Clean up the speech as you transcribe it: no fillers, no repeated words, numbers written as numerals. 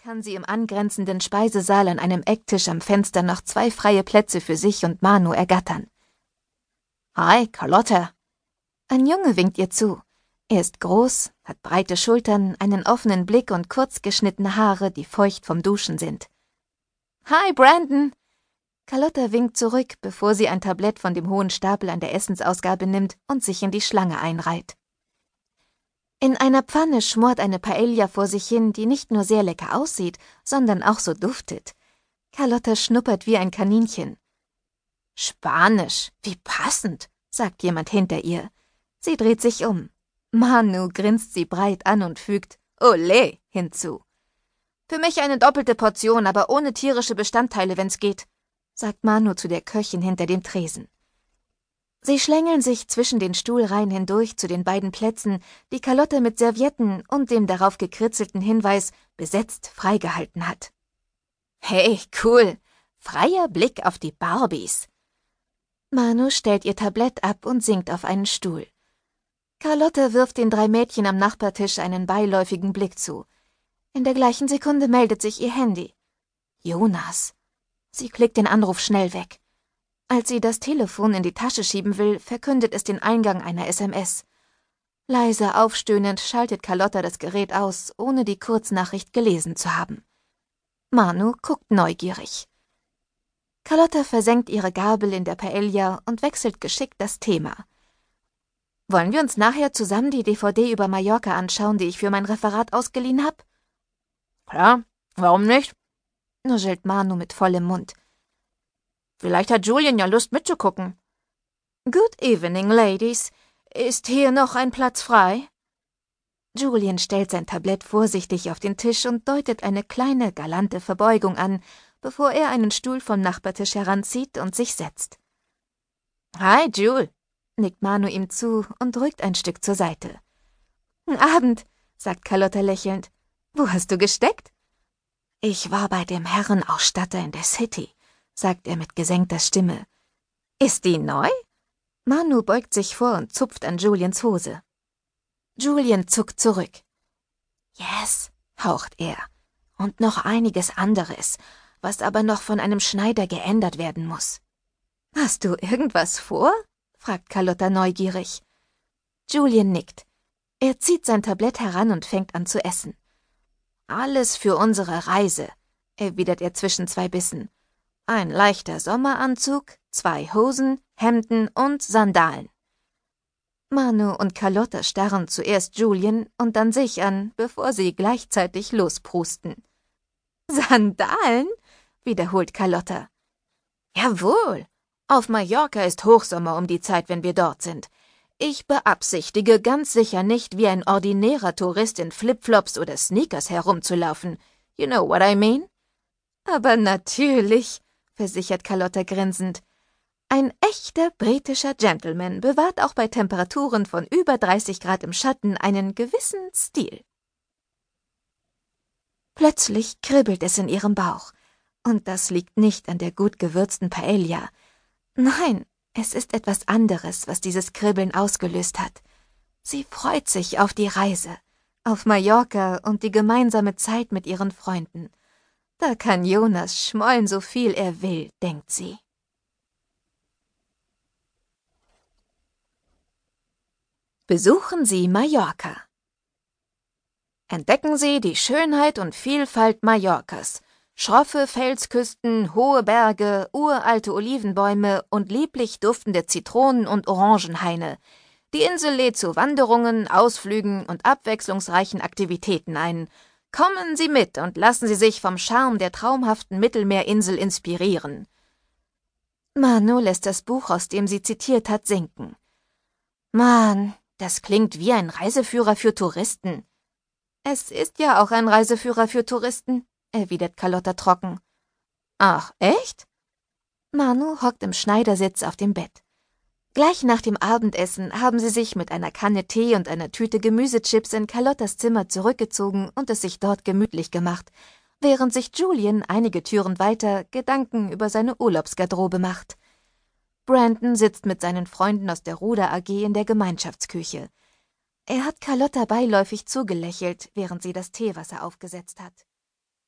kann sie im angrenzenden Speisesaal an einem Ecktisch am Fenster noch 2 freie Plätze für sich und Manu ergattern. »Hi, Carlotta!« Ein Junge winkt ihr zu. Er ist groß, hat breite Schultern, einen offenen Blick und kurz geschnittene Haare, die feucht vom Duschen sind. »Hi, Brandon!« Carlotta winkt zurück, bevor sie ein Tablett von dem hohen Stapel an der Essensausgabe nimmt und sich in die Schlange einreiht. In einer Pfanne schmort eine Paella vor sich hin, die nicht nur sehr lecker aussieht, sondern auch so duftet. Carlotta schnuppert wie ein Kaninchen. »Spanisch, wie passend«, sagt jemand hinter ihr. Sie dreht sich um. Manu grinst sie breit an und fügt »Olé« hinzu. »Für mich eine doppelte Portion, aber ohne tierische Bestandteile, wenn's geht«, sagt Manu zu der Köchin hinter dem Tresen. Sie schlängeln sich zwischen den Stuhlreihen hindurch zu den beiden Plätzen, die Carlotta mit Servietten und dem darauf gekritzelten Hinweis »besetzt« freigehalten hat. »Hey, cool! Freier Blick auf die Barbies!« Manu stellt ihr Tablett ab und sinkt auf einen Stuhl. Carlotta wirft den 3 Mädchen am Nachbartisch einen beiläufigen Blick zu. In der gleichen Sekunde meldet sich ihr Handy. Jonas. Sie klickt den Anruf schnell weg. Als sie das Telefon in die Tasche schieben will, verkündet es den Eingang einer SMS. Leise aufstöhnend schaltet Carlotta das Gerät aus, ohne die Kurznachricht gelesen zu haben. Manu guckt neugierig. Carlotta versenkt ihre Gabel in der Paella und wechselt geschickt das Thema. »Wollen wir uns nachher zusammen die DVD über Mallorca anschauen, die ich für mein Referat ausgeliehen habe?« »Klar, warum nicht?«, nuschelt Manu mit vollem Mund. »Vielleicht hat Julian ja Lust mitzugucken.« »Good evening, ladies. Ist hier noch ein Platz frei?« Julian stellt sein Tablett vorsichtig auf den Tisch und deutet eine kleine, galante Verbeugung an, bevor er einen Stuhl vom Nachbartisch heranzieht und sich setzt. »Hi, Jul«, nickt Manu ihm zu und rückt ein Stück zur Seite. »Abend«, sagt Carlotta lächelnd. »Wo hast du gesteckt?« »Ich war bei dem Herrenausstatter in der City«, sagt er mit gesenkter Stimme. »Ist die neu?« Manu beugt sich vor und zupft an Julians Hose. Julian zuckt zurück. »Yes«, haucht er. »Und noch einiges anderes, was aber noch von einem Schneider geändert werden muss.« »Hast du irgendwas vor?«, fragt Carlotta neugierig. Julian nickt. Er zieht sein Tablett heran und fängt an zu essen. »Alles für unsere Reise«, erwidert er zwischen 2 Bissen. »Ein leichter Sommeranzug, 2 Hosen, Hemden und Sandalen.« Manu und Carlotta starren zuerst Julian und dann sich an, bevor sie gleichzeitig losprusten. »Sandalen?«, wiederholt Carlotta. »Jawohl, auf Mallorca ist Hochsommer um die Zeit, wenn wir dort sind. Ich beabsichtige ganz sicher nicht, wie ein ordinärer Tourist in Flipflops oder Sneakers herumzulaufen. You know what I mean?« »Aber natürlich«, versichert Carlotta grinsend. »Ein echter britischer Gentleman bewahrt auch bei Temperaturen von über 30 Grad im Schatten einen gewissen Stil.« Plötzlich kribbelt es in ihrem Bauch. Und das liegt nicht an der gut gewürzten Paella. Nein, es ist etwas anderes, was dieses Kribbeln ausgelöst hat. Sie freut sich auf die Reise, auf Mallorca und die gemeinsame Zeit mit ihren Freunden. Da kann Jonas schmollen, so viel er will, denkt sie. Besuchen Sie Mallorca. Entdecken Sie die Schönheit und Vielfalt Mallorcas. Schroffe Felsküsten, hohe Berge, uralte Olivenbäume und lieblich duftende Zitronen- und Orangenhaine. Die Insel lädt zu Wanderungen, Ausflügen und abwechslungsreichen Aktivitäten ein. Kommen Sie mit und lassen Sie sich vom Charme der traumhaften Mittelmeerinsel inspirieren. Manu lässt das Buch, aus dem sie zitiert hat, sinken. Mann, das klingt wie ein Reiseführer für Touristen. Es ist ja auch ein Reiseführer für Touristen, erwidert Carlotta trocken. Ach, echt? Manu hockt im Schneidersitz auf dem Bett. Gleich nach dem Abendessen haben sie sich mit einer Kanne Tee und einer Tüte Gemüsechips in Carlottas Zimmer zurückgezogen und es sich dort gemütlich gemacht, während sich Julian einige Türen weiter Gedanken über seine Urlaubsgarderobe macht. Brandon sitzt mit seinen Freunden aus der Ruder AG in der Gemeinschaftsküche. Er hat Carlotta beiläufig zugelächelt, während sie das Teewasser aufgesetzt hat.